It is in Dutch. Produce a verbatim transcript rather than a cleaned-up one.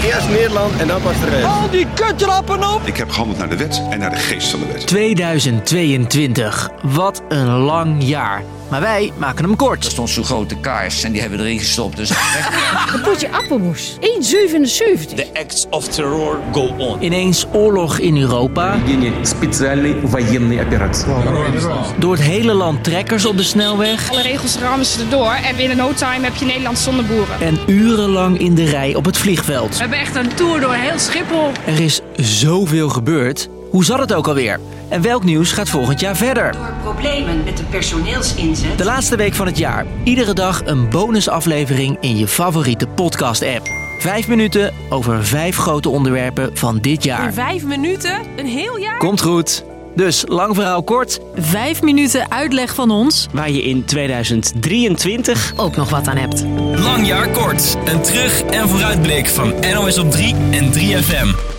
Eerst Nederland en dan pas de rest. Al die kutlappen op! Ik heb gehandeld naar de wet en naar de geest van de wet. tweeduizend tweeëntwintig. Wat een lang jaar. Maar wij maken hem kort. Er stond zo'n grote kaars en die hebben we erin gestopt. Dus een potje appelmoes. één komma zevenenzeventig. The acts of terror go on. Ineens oorlog in Europa. Door het hele land trekkers op de snelweg. Alle regels rammen ze erdoor en binnen no time heb je Nederland zonder boeren. En urenlang in de rij op het vliegveld. We hebben echt een tour door heel Schiphol. Er is zoveel gebeurd. Hoe zat het ook alweer? En welk nieuws gaat volgend jaar verder? Door problemen met de personeelsinzet. De laatste week van het jaar. Iedere dag een bonusaflevering in je favoriete podcast-app. Vijf minuten over vijf grote onderwerpen van dit jaar. In vijf minuten? Een heel jaar? Komt goed. Dus, lang verhaal kort. Vijf minuten uitleg van ons. Waar je in tweeduizend drieëntwintig ook nog wat aan hebt. Lang jaar kort. Een terug- en vooruitblik van N O S op drie en drie F M.